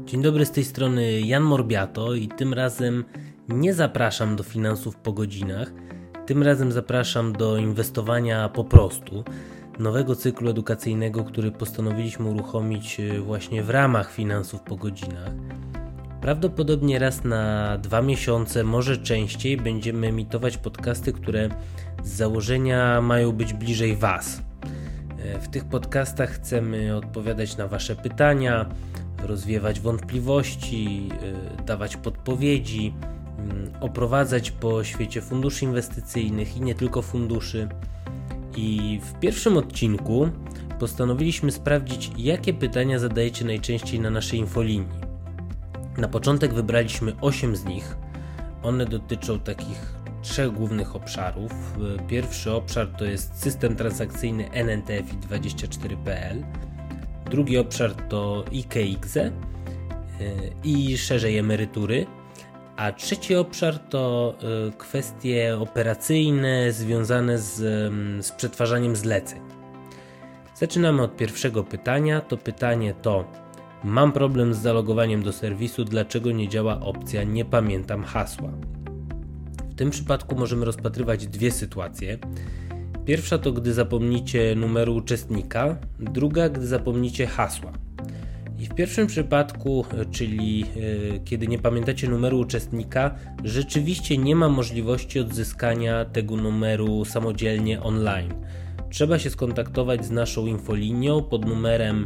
Dzień dobry, z tej strony Jan Morbiato i tym razem nie zapraszam do finansów po godzinach, tym razem zapraszam do inwestowania po prostu, nowego cyklu edukacyjnego, który postanowiliśmy uruchomić właśnie w ramach finansów po godzinach. Prawdopodobnie raz na 2 miesiące, może częściej, będziemy emitować podcasty, które z założenia mają być bliżej Was. W tych podcastach chcemy odpowiadać na Wasze pytania, rozwiewać wątpliwości, dawać podpowiedzi, oprowadzać po świecie funduszy inwestycyjnych i nie tylko funduszy. I w pierwszym odcinku postanowiliśmy sprawdzić, jakie pytania zadajecie najczęściej na naszej infolinii. Na początek wybraliśmy 8 z nich. One dotyczą takich 3 głównych obszarów. Pierwszy obszar to jest system transakcyjny NNTFI24.pl. Drugi obszar to IKE i szerzej emerytury. A trzeci obszar to kwestie operacyjne związane z przetwarzaniem zleceń. Zaczynamy od pierwszego pytania. To pytanie to: mam problem z zalogowaniem do serwisu, dlaczego nie działa opcja nie pamiętam hasła? W tym przypadku możemy rozpatrywać dwie sytuacje. Pierwsza to gdy zapomnicie numeru uczestnika, druga gdy zapomnicie hasła. I w pierwszym przypadku, czyli kiedy nie pamiętacie numeru uczestnika, rzeczywiście nie ma możliwości odzyskania tego numeru samodzielnie online. Trzeba się skontaktować z naszą infolinią pod numerem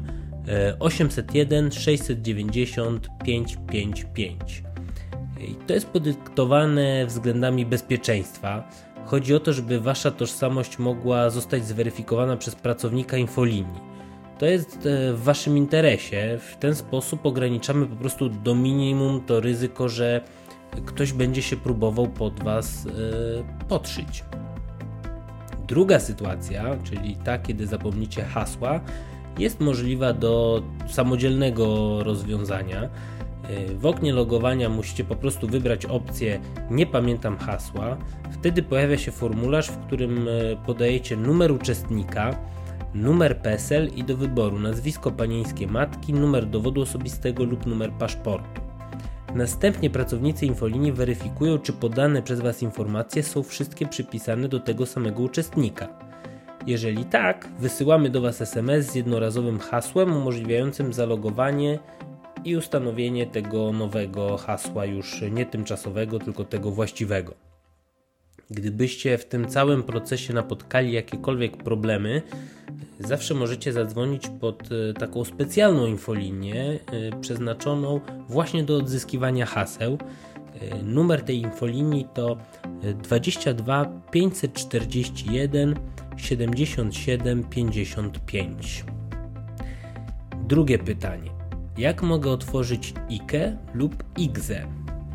801 690 555. I to jest podyktowane względami bezpieczeństwa. Chodzi o to, żeby Wasza tożsamość mogła zostać zweryfikowana przez pracownika infolinii. To jest w Waszym interesie. W ten sposób ograniczamy po prostu do minimum to ryzyko, że ktoś będzie się próbował pod Was podszyć. Druga sytuacja, czyli ta, kiedy zapomnicie hasła, jest możliwa do samodzielnego rozwiązania. W oknie logowania musicie po prostu wybrać opcję nie pamiętam hasła. Wtedy pojawia się formularz, w którym podajecie numer uczestnika, numer PESEL i do wyboru nazwisko panieńskie matki, numer dowodu osobistego lub numer paszportu. Następnie pracownicy infolinii weryfikują, czy podane przez Was informacje są wszystkie przypisane do tego samego uczestnika. Jeżeli tak, wysyłamy do Was SMS z jednorazowym hasłem umożliwiającym zalogowanie i ustanowienie tego nowego hasła, już nie tymczasowego, tylko tego właściwego. Gdybyście w tym całym procesie napotkali jakiekolwiek problemy, zawsze możecie zadzwonić pod taką specjalną infolinię przeznaczoną właśnie do odzyskiwania haseł. Numer tej infolinii to 22 541 77 55. Drugie pytanie. Jak mogę otworzyć IKE lub IKZE?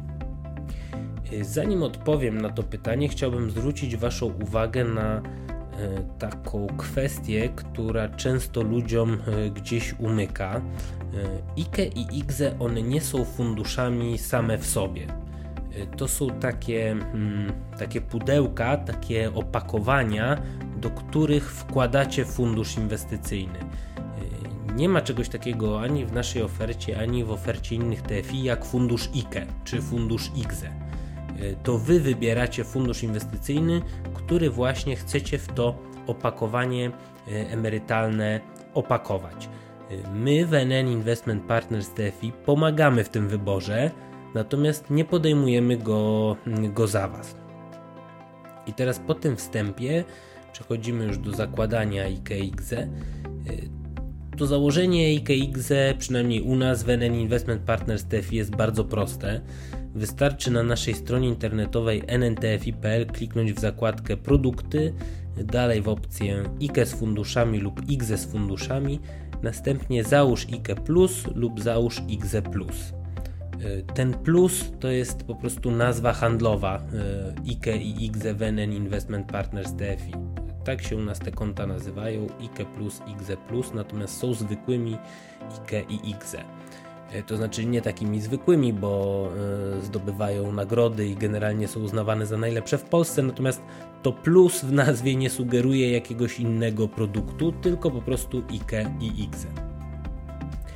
Zanim odpowiem na to pytanie, chciałbym zwrócić Waszą uwagę na taką kwestię, która często ludziom gdzieś umyka. IKE i IKZE, one nie są funduszami same w sobie. To są takie pudełka, takie opakowania, do których wkładacie fundusz inwestycyjny. Nie ma czegoś takiego ani w naszej ofercie, ani w ofercie innych TFI jak fundusz IKE czy fundusz IKZE. To Wy wybieracie fundusz inwestycyjny, który właśnie chcecie w to opakowanie emerytalne opakować. My w NN Investment Partners TFI pomagamy w tym wyborze, natomiast nie podejmujemy go za Was. I teraz po tym wstępie przechodzimy już do zakładania IKE-IKZE. To założenie IKE-IKZE, przynajmniej u nas w NN Investment Partners TFI, jest bardzo proste. Wystarczy na naszej stronie internetowej nntfi.pl kliknąć w zakładkę produkty, dalej w opcję IKE z funduszami lub IKZE z funduszami, następnie załóż IKE Plus lub załóż IKZE Plus. Ten plus to jest po prostu nazwa handlowa IKE i IKZE w NN Investment Partners TFI. Tak się u nas te konta nazywają, IKE Plus, IKZE Plus, natomiast są zwykłymi IKE i IKZE. To znaczy nie takimi zwykłymi, bo zdobywają nagrody i generalnie są uznawane za najlepsze w Polsce, natomiast to plus w nazwie nie sugeruje jakiegoś innego produktu, tylko po prostu IKE i IKZE.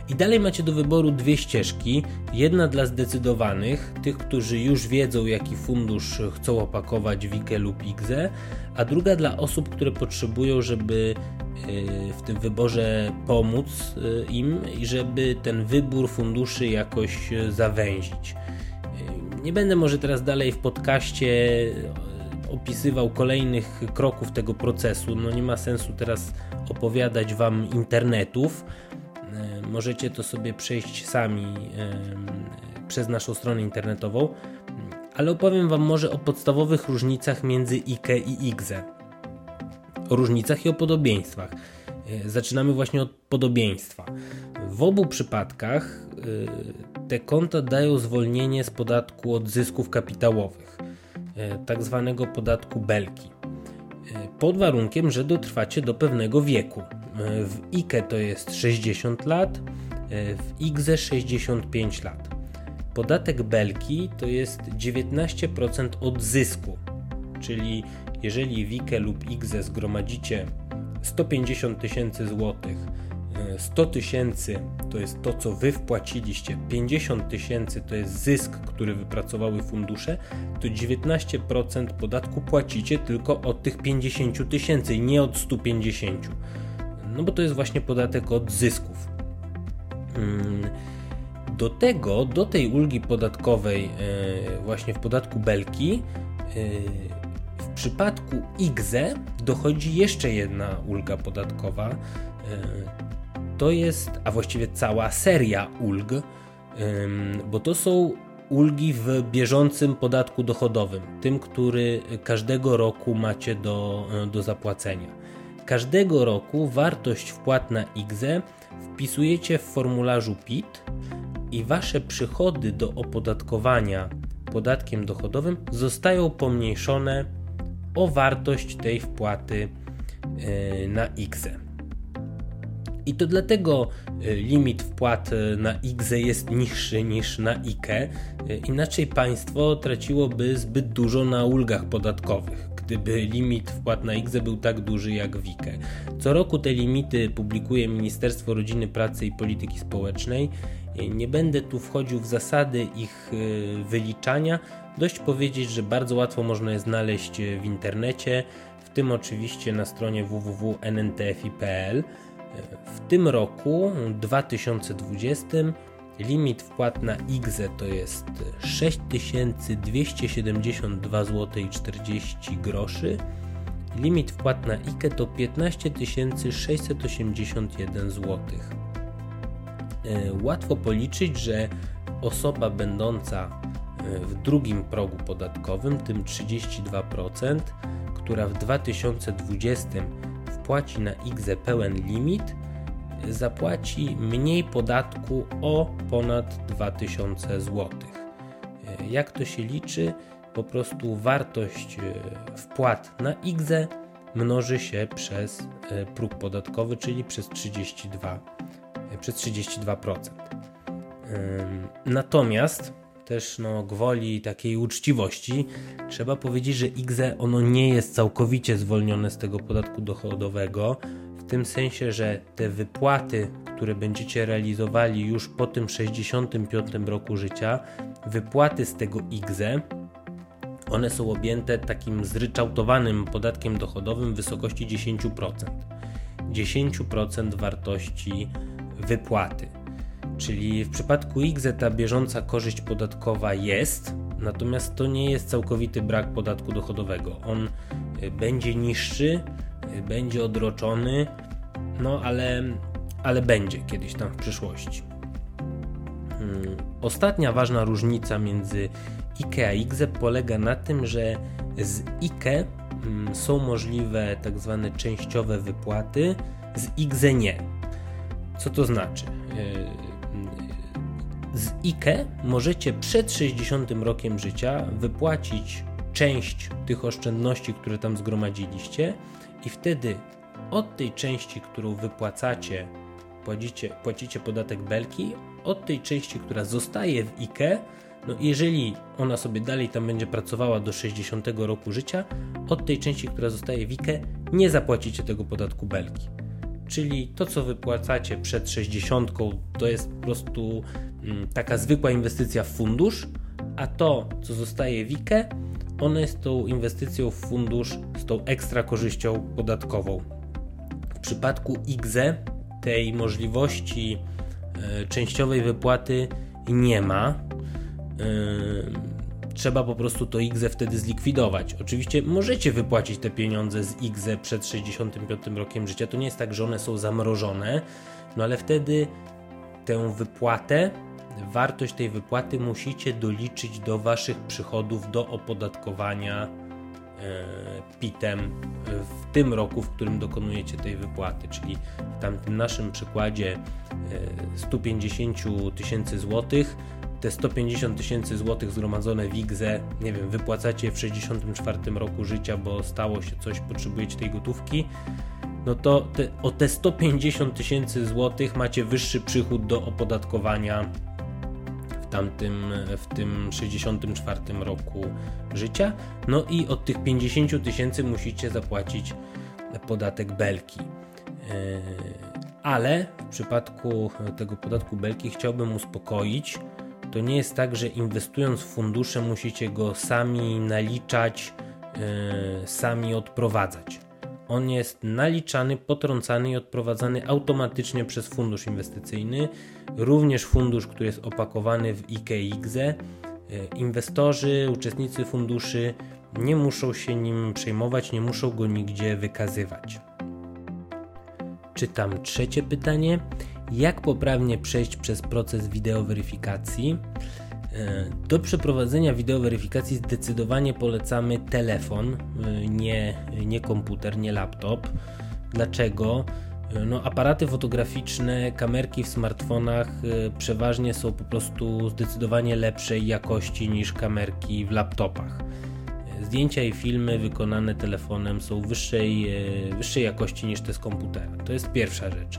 I dalej macie do wyboru dwie ścieżki. Jedna dla zdecydowanych, tych, którzy już wiedzą, jaki fundusz chcą opakować w IKE lub IGZE, a druga dla osób, które potrzebują, żeby w tym wyborze pomóc im i żeby ten wybór funduszy jakoś zawęzić. Nie będę może teraz dalej w podcaście opisywał kolejnych kroków tego procesu. Nie ma sensu teraz opowiadać Wam internetów. Możecie to sobie przejść sami przez naszą stronę internetową, ale opowiem Wam może o podstawowych różnicach między IKE i IGZE. O różnicach i o podobieństwach. Zaczynamy właśnie od podobieństwa. W obu przypadkach te konta dają zwolnienie z podatku od zysków kapitałowych, tak zwanego podatku Belki, pod warunkiem, że dotrwacie do pewnego wieku. W IKE to jest 60 lat, w IGZE 65 lat. Podatek Belki to jest 19% od zysku, czyli jeżeli w IKE lub IGZE zgromadzicie 150 tysięcy złotych, 100 tysięcy to jest to, co Wy wpłaciliście, 50 tysięcy to jest zysk, który wypracowały fundusze, to 19% podatku płacicie tylko od tych 50 tysięcy i nie od 150. Bo to jest właśnie podatek od zysków. Do tej ulgi podatkowej właśnie w podatku Belki w przypadku IGZE dochodzi jeszcze jedna ulga podatkowa. To jest, a właściwie cała seria ulg, bo to są ulgi w bieżącym podatku dochodowym, tym, który każdego roku macie do zapłacenia. Każdego roku wartość wpłat na IGZE wpisujecie w formularzu PIT i Wasze przychody do opodatkowania podatkiem dochodowym zostają pomniejszone o wartość tej wpłaty na IGZE. I to dlatego limit wpłat na IGZE jest niższy niż na IKE, inaczej państwo traciłoby zbyt dużo na ulgach podatkowych, gdyby limit wpłat na IGZE był tak duży jak w IKE. Co roku te limity publikuje Ministerstwo Rodziny, Pracy i Polityki Społecznej. Nie będę tu wchodził w zasady ich wyliczania. Dość powiedzieć, że bardzo łatwo można je znaleźć w internecie, w tym oczywiście na stronie www.nntfi.pl. W tym roku, 2020, limit wpłat na IGZE to jest 6272 zł i 40 groszy. Limit wpłat na IKE to 15 681 zł. Łatwo policzyć, że osoba będąca w drugim progu podatkowym, tym 32%, która w 2020 wpłaci na IGZE pełen limit, zapłaci mniej podatku o ponad 2000 zł. Jak to się liczy? Po prostu wartość wpłat na IGZE mnoży się przez próg podatkowy, czyli przez 32%. Natomiast też gwoli takiej uczciwości trzeba powiedzieć, że IGZE ono nie jest całkowicie zwolnione z tego podatku dochodowego, w tym sensie, że te wypłaty, które będziecie realizowali już po tym 65 roku życia, wypłaty z tego IGZE, one są objęte takim zryczałtowanym podatkiem dochodowym w wysokości 10%. 10% wartości wypłaty. Czyli w przypadku IGZE ta bieżąca korzyść podatkowa jest, natomiast to nie jest całkowity brak podatku dochodowego. On będzie niższy, będzie odroczony, ale będzie kiedyś tam w przyszłości. Ostatnia ważna różnica między IKE a IGZE polega na tym, że z IKE są możliwe tak zwane częściowe wypłaty, z IGZE nie. Co to znaczy? Z IKE możecie przed 60 rokiem życia wypłacić część tych oszczędności, które tam zgromadziliście i wtedy od tej części, którą wypłacacie, płacicie podatek Belki, od tej części, która zostaje w IKE, jeżeli ona sobie dalej tam będzie pracowała do 60 roku życia, od tej części, która zostaje w IKE, nie zapłacicie tego podatku Belki. czyli to, co wypłacacie przed 60, to jest po prostu taka zwykła inwestycja w fundusz, a to, co zostaje w IKE, ono jest tą inwestycją w fundusz z tą ekstra korzyścią podatkową. W przypadku IKZE tej możliwości częściowej wypłaty nie ma. Trzeba po prostu to IKZE wtedy zlikwidować. Oczywiście możecie wypłacić te pieniądze z IKZE przed 65 rokiem życia. To nie jest tak, że one są zamrożone, no ale wtedy tę wypłatę, wartość tej wypłaty musicie doliczyć do waszych przychodów do opodatkowania PIT-em w tym roku, w którym dokonujecie tej wypłaty, czyli w tamtym naszym przykładzie 150 000 złotych, te 150 000 złotych zgromadzone w IKZE, nie wiem, wypłacacie w 64 roku życia, bo stało się coś, potrzebujecie tej gotówki, no to o te 150 000 złotych macie wyższy przychód do opodatkowania w tym 64 roku życia, no i od tych 50 000 musicie zapłacić podatek Belki. Ale w przypadku tego podatku Belki chciałbym uspokoić, to nie jest tak, że inwestując w fundusze musicie go sami naliczać, sami odprowadzać. On jest naliczany, potrącany i odprowadzany automatycznie przez fundusz inwestycyjny, również fundusz, który jest opakowany w IKE i IKZE. Inwestorzy, uczestnicy funduszy nie muszą się nim przejmować, nie muszą go nigdzie wykazywać. Czytam trzecie pytanie. Jak poprawnie przejść przez proces wideoweryfikacji? Do przeprowadzenia wideoweryfikacji zdecydowanie polecamy telefon, nie komputer, nie laptop. Dlaczego? No, aparaty fotograficzne, kamerki w smartfonach przeważnie są po prostu zdecydowanie lepszej jakości niż kamerki w laptopach. Zdjęcia i filmy wykonane telefonem są wyższej jakości niż te z komputera. To jest pierwsza rzecz.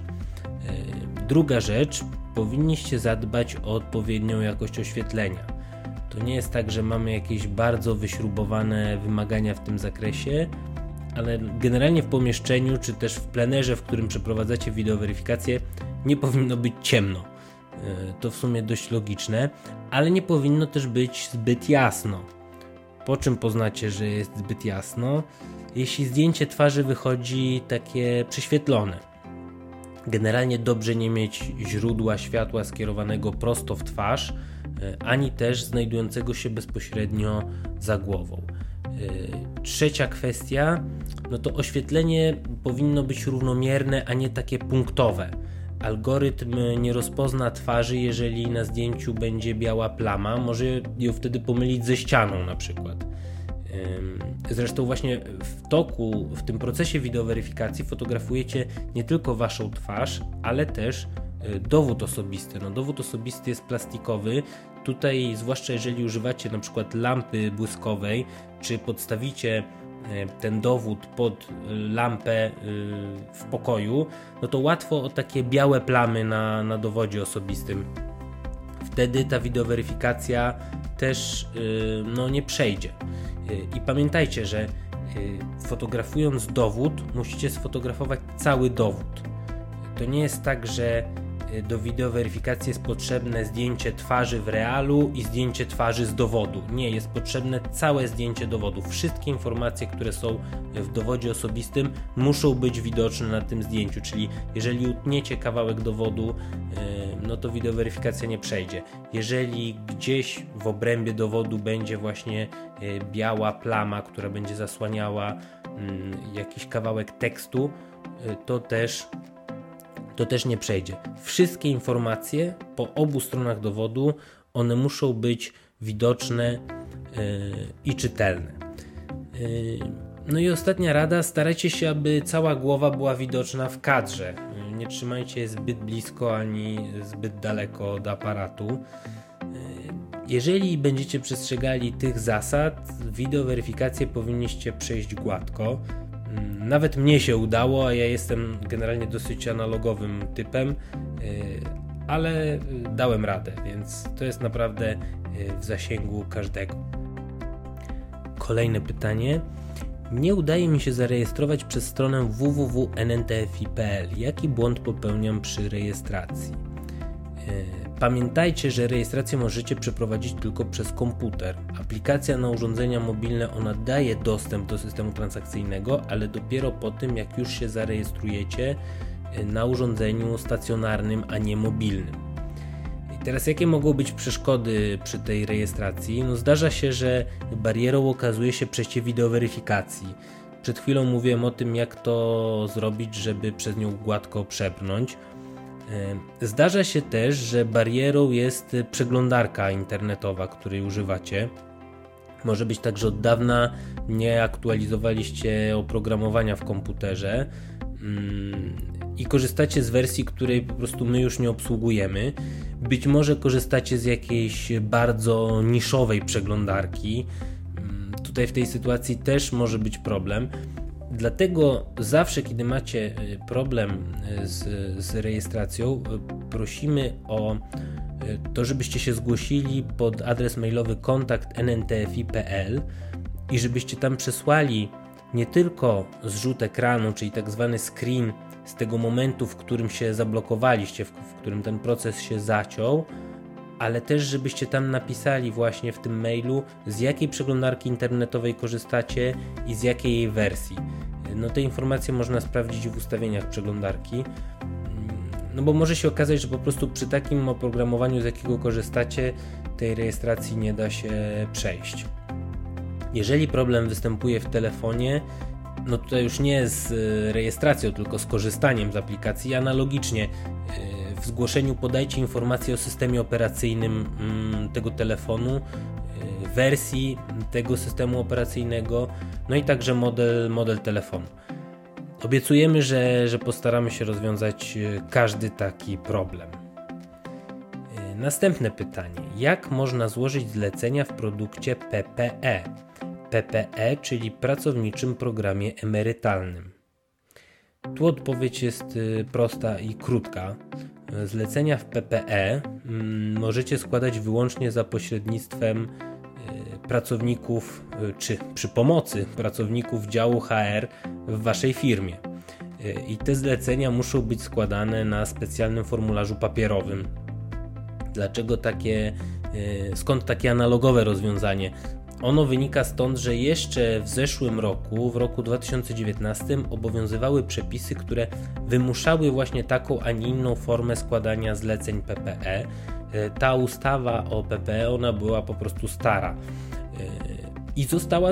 Druga rzecz, powinniście zadbać o odpowiednią jakość oświetlenia. To nie jest tak, że mamy jakieś bardzo wyśrubowane wymagania w tym zakresie, ale generalnie w pomieszczeniu, czy też w plenerze, w którym przeprowadzacie wideoweryfikację, nie powinno być ciemno. To w sumie dość logiczne, ale nie powinno też być zbyt jasno. Po czym poznacie, że jest zbyt jasno? Jeśli zdjęcie twarzy wychodzi takie prześwietlone. Generalnie dobrze nie mieć źródła światła skierowanego prosto w twarz, ani też znajdującego się bezpośrednio za głową. Trzecia kwestia, no to oświetlenie powinno być równomierne, a nie takie punktowe. Algorytm nie rozpozna twarzy, jeżeli na zdjęciu będzie biała plama, może ją wtedy pomylić ze ścianą na przykład. Zresztą właśnie w tym procesie wideoweryfikacji fotografujecie nie tylko waszą twarz, ale też dowód osobisty. No, dowód osobisty jest plastikowy. Tutaj, zwłaszcza jeżeli używacie na przykład lampy błyskowej, czy podstawicie ten dowód pod lampę w pokoju, no to łatwo o takie białe plamy na dowodzie osobistym. Wtedy ta wideoweryfikacja też nie przejdzie. I pamiętajcie, że fotografując dowód, musicie sfotografować cały dowód. To nie jest tak, że do wideoweryfikacji jest potrzebne zdjęcie twarzy w realu i zdjęcie twarzy z dowodu. Nie, jest potrzebne całe zdjęcie dowodu. Wszystkie informacje, które są w dowodzie osobistym, muszą być widoczne na tym zdjęciu, czyli jeżeli utniecie kawałek dowodu, no to wideoweryfikacja nie przejdzie. Jeżeli gdzieś w obrębie dowodu będzie właśnie biała plama, która będzie zasłaniała jakiś kawałek tekstu, to też nie przejdzie. Wszystkie informacje po obu stronach dowodu, one muszą być widoczne i czytelne. No i ostatnia rada, starajcie się, aby cała głowa była widoczna w kadrze. Nie trzymajcie je zbyt blisko ani zbyt daleko od aparatu. Jeżeli będziecie przestrzegali tych zasad, wideoweryfikację powinniście przejść gładko. Nawet mnie się udało, a ja jestem generalnie dosyć analogowym typem, ale dałem radę, więc to jest naprawdę w zasięgu każdego. Kolejne pytanie. Nie udaje mi się zarejestrować przez stronę www.nntfi.pl. Jaki błąd popełniam przy rejestracji? Pamiętajcie, że rejestrację możecie przeprowadzić tylko przez komputer. Aplikacja na urządzenia mobilne, ona daje dostęp do systemu transakcyjnego, ale dopiero po tym, jak już się zarejestrujecie na urządzeniu stacjonarnym, a nie mobilnym. I teraz jakie mogą być przeszkody przy tej rejestracji? Zdarza się, że barierą okazuje się przejście wideoweryfikacji. Przed chwilą mówiłem o tym, jak to zrobić, żeby przez nią gładko przebrnąć. Zdarza się też, że barierą jest przeglądarka internetowa, której używacie. Może być tak, że od dawna nie aktualizowaliście oprogramowania w komputerze i korzystacie z wersji, której po prostu my już nie obsługujemy. Być może korzystacie z jakiejś bardzo niszowej przeglądarki. Tutaj w tej sytuacji też może być problem. Dlatego zawsze, kiedy macie problem z rejestracją, prosimy o to, żebyście się zgłosili pod adres mailowy kontakt@nntfi.pl i żebyście tam przesłali nie tylko zrzut ekranu, czyli tak zwany screen z tego momentu, w którym się zablokowaliście, w którym ten proces się zaciął, ale też żebyście tam napisali właśnie w tym mailu, z jakiej przeglądarki internetowej korzystacie i z jakiej jej wersji. Te informacje można sprawdzić w ustawieniach przeglądarki, bo może się okazać, że po prostu przy takim oprogramowaniu, z jakiego korzystacie, tej rejestracji nie da się przejść. Jeżeli problem występuje w telefonie, tutaj już nie z rejestracją, tylko z korzystaniem z aplikacji. Analogicznie w zgłoszeniu podajcie informacje o systemie operacyjnym tego telefonu, wersji tego systemu operacyjnego, i także model telefonu. Obiecujemy, że postaramy się rozwiązać każdy taki problem. Następne pytanie. Jak można złożyć zlecenia w produkcie PPE? PPE, czyli pracowniczym programie emerytalnym. Tu odpowiedź jest prosta i krótka. Zlecenia w PPE możecie składać wyłącznie za pośrednictwem pracowników, czy przy pomocy pracowników działu HR w waszej firmie. I te zlecenia muszą być składane na specjalnym formularzu papierowym. Skąd takie analogowe rozwiązanie? Ono wynika stąd, że jeszcze w zeszłym roku, w roku 2019, obowiązywały przepisy, które wymuszały właśnie taką, a nie inną formę składania zleceń PPE. Ta ustawa o PPE, ona była po prostu stara i została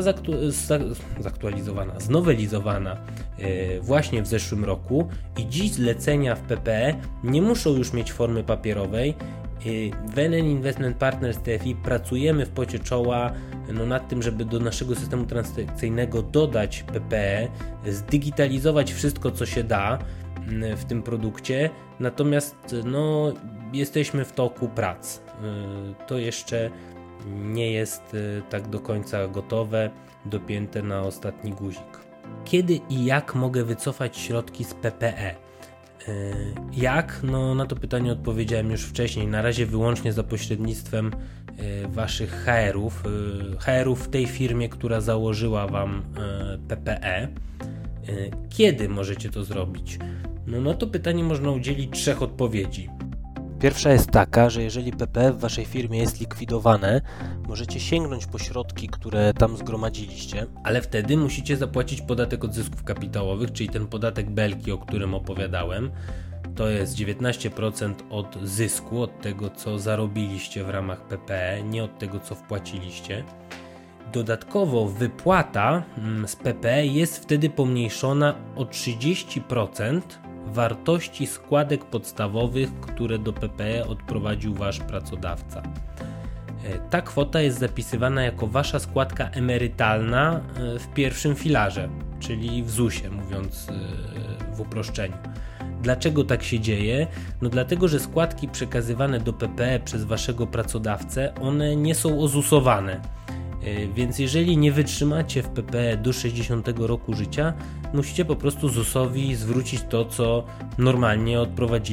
znowelizowana właśnie w zeszłym roku i dziś zlecenia w PPE nie muszą już mieć formy papierowej. W NN Investment Partners TFI pracujemy w pocie czoła nad tym, żeby do naszego systemu transakcyjnego dodać PPE, zdigitalizować wszystko, co się da w tym produkcie, natomiast jesteśmy w toku prac. To jeszcze nie jest tak do końca gotowe, dopięte na ostatni guzik. Kiedy i jak mogę wycofać środki z PPE? Jak? Na to pytanie odpowiedziałem już wcześniej. Na razie wyłącznie za pośrednictwem waszych HR-ów w tej firmie, która założyła wam PPE. Kiedy możecie to zrobić? Na to pytanie można udzielić 3 odpowiedzi. Pierwsza jest taka, że jeżeli PPE w waszej firmie jest likwidowane, możecie sięgnąć po środki, które tam zgromadziliście, ale wtedy musicie zapłacić podatek od zysków kapitałowych, czyli ten podatek belki, o którym opowiadałem. To jest 19% od zysku, od tego, co zarobiliście w ramach PPE, nie od tego, co wpłaciliście. Dodatkowo wypłata z PPE jest wtedy pomniejszona o 30% wartości składek podstawowych, które do PPE odprowadził wasz pracodawca. Ta kwota jest zapisywana jako wasza składka emerytalna w pierwszym filarze, czyli w ZUS-ie, mówiąc w uproszczeniu. Dlaczego tak się dzieje? Dlatego, że składki przekazywane do PPE przez waszego pracodawcę, one nie są ozusowane. Więc jeżeli nie wytrzymacie w PPE do 60 roku życia, musicie po prostu ZUS-owi zwrócić to, co normalnie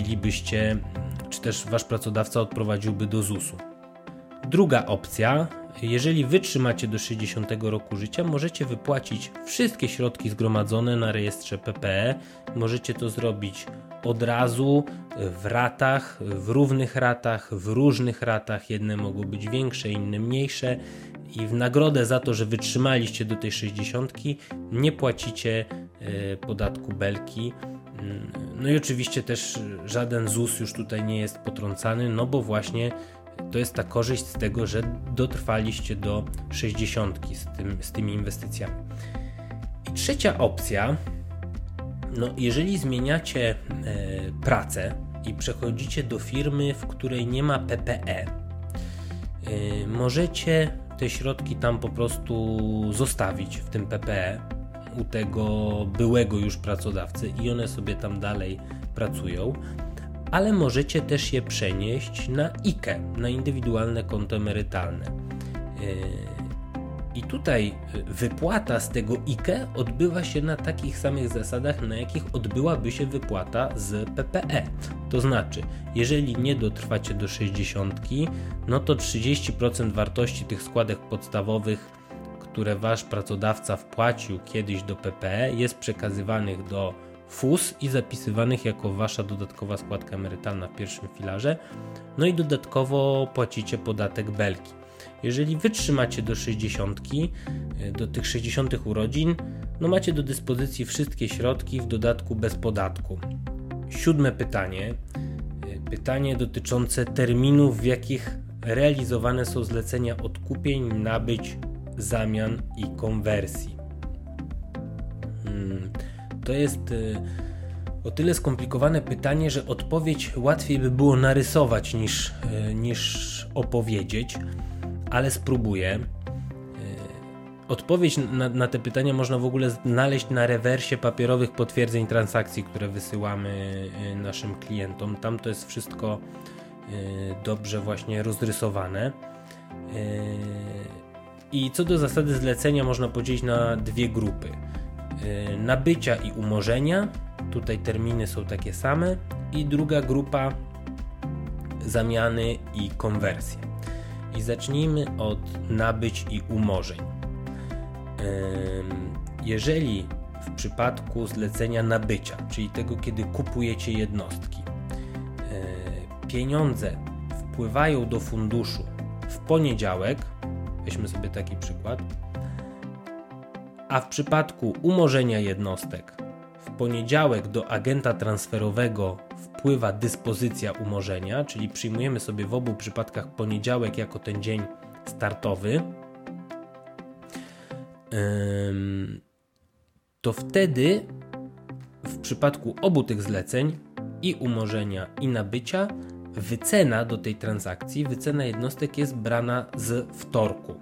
odprowadzilibyście, czy też wasz pracodawca odprowadziłby do ZUS-u. Druga opcja jeżeli wytrzymacie do 60 roku życia, możecie wypłacić wszystkie środki zgromadzone na rejestrze PPE. Możecie to zrobić od razu, w ratach, w równych ratach, w różnych ratach. Jedne mogą być większe, inne mniejsze. I w nagrodę za to, że wytrzymaliście do tej 60, nie płacicie podatku Belki. No i oczywiście też żaden ZUS już tutaj nie jest potrącany, no bo właśnie to jest ta korzyść z tego, że dotrwaliście do 60 z tymi inwestycjami. I trzecia opcja, no jeżeli zmieniacie pracę i przechodzicie do firmy, w której nie ma PPE, możecie te środki tam po prostu zostawić w tym PPE u tego byłego już pracodawcy i one sobie tam dalej pracują, ale możecie też je przenieść na IKE, na indywidualne konto emerytalne. I tutaj wypłata z tego IKE odbywa się na takich samych zasadach, na jakich odbyłaby się wypłata z PPE. To znaczy, jeżeli nie dotrwacie do 60, no to 30% wartości tych składek podstawowych, które wasz pracodawca wpłacił kiedyś do PPE, jest przekazywanych do FUS i zapisywanych jako wasza dodatkowa składka emerytalna w pierwszym filarze. No i dodatkowo płacicie podatek Belki. Jeżeli wytrzymacie do 60, do tych 60 urodzin, no macie do dyspozycji wszystkie środki, w dodatku bez podatku. 7 pytanie. Pytanie dotyczące terminów, w jakich realizowane są zlecenia odkupień, nabyć, zamian i konwersji. To jest o tyle skomplikowane pytanie, że odpowiedź łatwiej by było narysować niż opowiedzieć, ale spróbuję. Odpowiedź na te pytania można w ogóle znaleźć na rewersie papierowych potwierdzeń transakcji, które wysyłamy naszym klientom. Tam to jest wszystko dobrze właśnie rozrysowane. I co do zasady zlecenia można podzielić na dwie grupy. Nabycia i umorzenia, tutaj terminy są takie same, i druga grupa zamiany i konwersje. I zacznijmy od nabyć i umorzeń. Jeżeli w przypadku zlecenia nabycia, czyli tego, kiedy kupujecie jednostki, pieniądze wpływają do funduszu w poniedziałek, weźmy sobie taki przykład, a w przypadku umorzenia jednostek w poniedziałek do agenta transferowego wpływa dyspozycja umorzenia, czyli przyjmujemy sobie w obu przypadkach poniedziałek jako ten dzień startowy, to wtedy w przypadku obu tych zleceń, i umorzenia, i nabycia, wycena do tej transakcji, wycena jednostek jest brana z wtorku.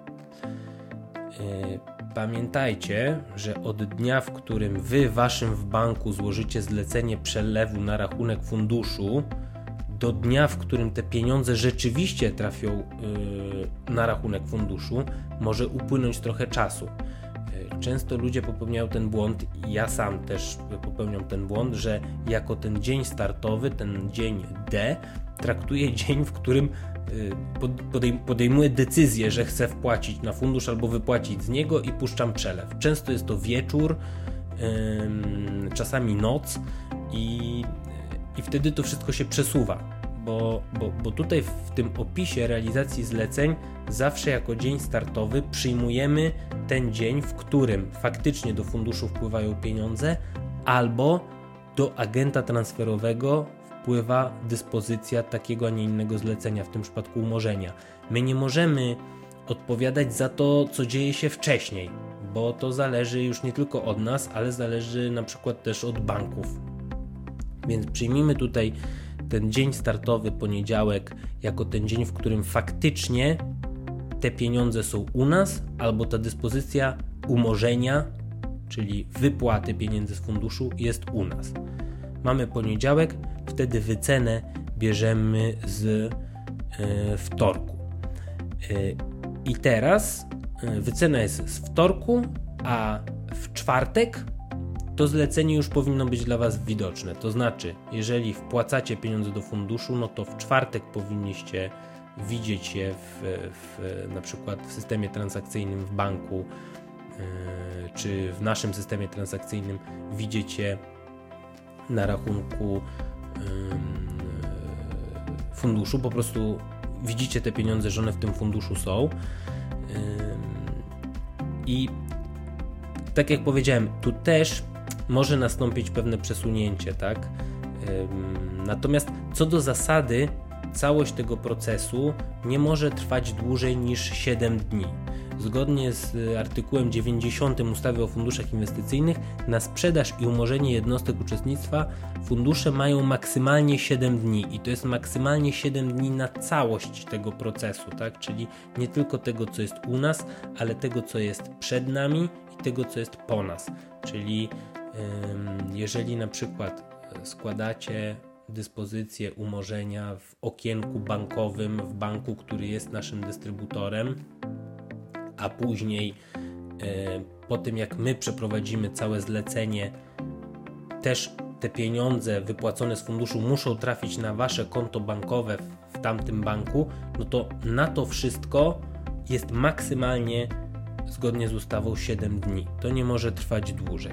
Pamiętajcie, że od dnia, w którym wy waszym w banku złożycie zlecenie przelewu na rachunek funduszu, do dnia, w którym te pieniądze rzeczywiście trafią na rachunek funduszu, może upłynąć trochę czasu. Często ludzie popełniają ten błąd, i ja sam też popełniam ten błąd, że jako ten dzień startowy, ten dzień D, traktuję dzień, w którym podejmuję decyzję, że chcę wpłacić na fundusz albo wypłacić z niego, i puszczam przelew. Często jest to wieczór, czasami noc, i wtedy to wszystko się przesuwa, bo tutaj w tym opisie realizacji zleceń zawsze jako dzień startowy przyjmujemy ten dzień, w którym faktycznie do funduszu wpływają pieniądze, albo do agenta transferowego wpływa dyspozycja takiego, a nie innego zlecenia, w tym przypadku umorzenia. My nie możemy odpowiadać za to, co dzieje się wcześniej, bo to zależy już nie tylko od nas, ale zależy na przykład też od banków. Więc przyjmijmy tutaj ten dzień startowy, poniedziałek, jako ten dzień, w którym faktycznie te pieniądze są u nas, albo ta dyspozycja umorzenia, czyli wypłaty pieniędzy z funduszu, jest u nas. Mamy poniedziałek, wtedy wycenę bierzemy z wtorku. I teraz wycena jest z wtorku, a w czwartek to zlecenie już powinno być dla was widoczne. To znaczy, jeżeli wpłacacie pieniądze do funduszu, no to w czwartek powinniście widzieć je na przykład w systemie transakcyjnym w banku, czy w naszym systemie transakcyjnym widzieć je na rachunku funduszu. Po prostu widzicie te pieniądze, że one w tym funduszu są. I tak jak powiedziałem, tu też może nastąpić pewne przesunięcie, tak? Natomiast co do zasady, całość tego procesu nie może trwać dłużej niż 7 dni. Zgodnie z artykułem 90 ustawy o funduszach inwestycyjnych na sprzedaż i umorzenie jednostek uczestnictwa fundusze mają maksymalnie 7 dni i to jest maksymalnie 7 dni na całość tego procesu, tak? Czyli nie tylko tego, co jest u nas, ale tego, co jest przed nami i tego, co jest po nas. Czyli jeżeli na przykład składacie dyspozycję umorzenia w okienku bankowym w banku, który jest naszym dystrybutorem, a później po tym jak my przeprowadzimy całe zlecenie, też te pieniądze wypłacone z funduszu muszą trafić na wasze konto bankowe w tamtym banku, no to na to wszystko jest maksymalnie zgodnie z ustawą 7 dni. To nie może trwać dłużej.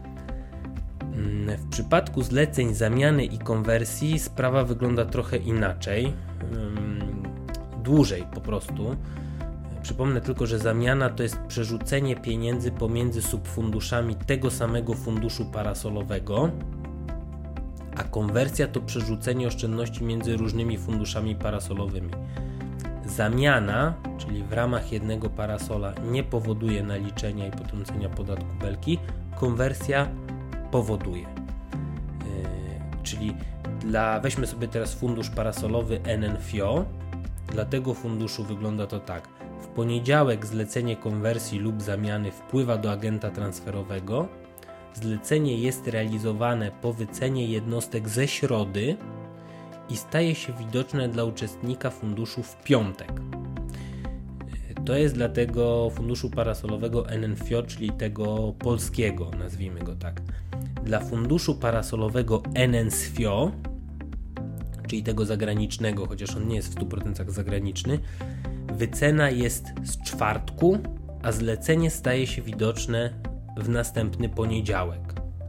W przypadku zleceń zamiany i konwersji sprawa wygląda trochę inaczej. Dłużej po prostu. Przypomnę tylko, że zamiana to jest przerzucenie pieniędzy pomiędzy subfunduszami tego samego funduszu parasolowego, a konwersja to przerzucenie oszczędności między różnymi funduszami parasolowymi. Zamiana, czyli w ramach jednego parasola, nie powoduje naliczenia i potrącenia podatku Belki, konwersja powoduje. Czyli weźmy sobie teraz fundusz parasolowy NNFIO. Dla tego funduszu wygląda to tak. W poniedziałek zlecenie konwersji lub zamiany wpływa do agenta transferowego. Zlecenie jest realizowane po wycenie jednostek ze środy i staje się widoczne dla uczestnika funduszu w piątek. To jest dla tego funduszu parasolowego NNFIO, czyli tego polskiego, nazwijmy go tak. Dla funduszu parasolowego NNSFIO, czyli tego zagranicznego, chociaż on nie jest w 100% zagraniczny, wycena jest z czwartku, a zlecenie staje się widoczne w następny poniedziałek.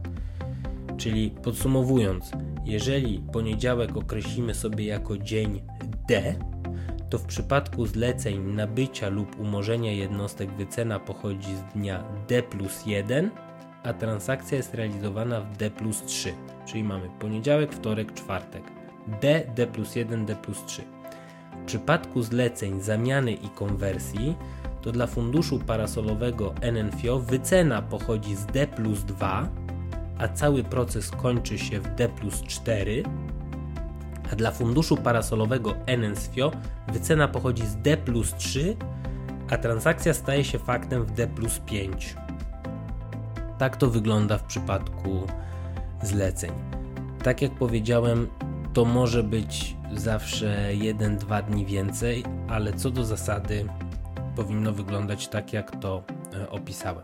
Czyli podsumowując, jeżeli poniedziałek określimy sobie jako dzień D, to w przypadku zleceń nabycia lub umorzenia jednostek wycena pochodzi z dnia D+1, a transakcja jest realizowana w D+3, czyli mamy poniedziałek, wtorek, czwartek. D+1, D+3. W przypadku zleceń zamiany i konwersji to dla funduszu parasolowego NNFIO wycena pochodzi z D+2, a cały proces kończy się w D+4, a dla funduszu parasolowego NNSFIO wycena pochodzi z D+3, a transakcja staje się faktem w D+5. Tak to wygląda w przypadku zleceń. Tak jak powiedziałem, to może być zawsze 1-2 dni więcej, ale co do zasady powinno wyglądać tak, jak to opisałem.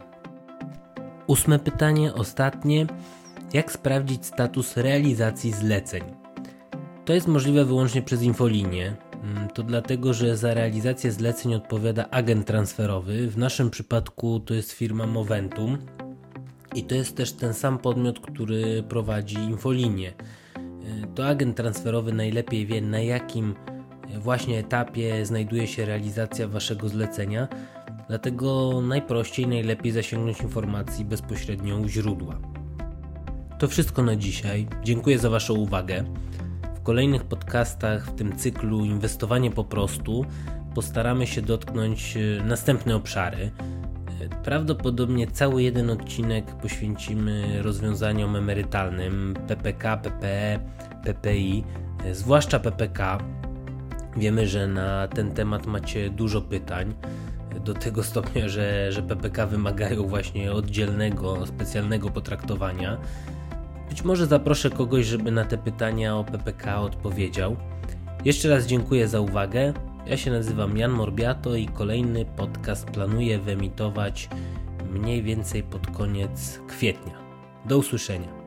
8. pytanie, ostatnie. Jak sprawdzić status realizacji zleceń? To jest możliwe wyłącznie przez infolinię. To dlatego, że za realizację zleceń odpowiada agent transferowy. W naszym przypadku to jest firma Moventum i to jest też ten sam podmiot, który prowadzi infolinię. To agent transferowy najlepiej wie, na jakim właśnie etapie znajduje się realizacja waszego zlecenia, dlatego najprościej, najlepiej zasięgnąć informacji bezpośrednio u źródła. To wszystko na dzisiaj. Dziękuję za waszą uwagę. W kolejnych podcastach w tym cyklu Inwestowanie po prostu postaramy się dotknąć następne obszary. Prawdopodobnie cały jeden odcinek poświęcimy rozwiązaniom emerytalnym PPK, PPE, PPI, zwłaszcza PPK. Wiemy, że na ten temat macie dużo pytań, do tego stopnia, że PPK wymagają właśnie oddzielnego, specjalnego potraktowania. Być może zaproszę kogoś, żeby na te pytania o PPK odpowiedział. Jeszcze raz dziękuję za uwagę. Ja się nazywam Jan Morbiato i kolejny podcast planuję wyemitować mniej więcej pod koniec kwietnia. Do usłyszenia.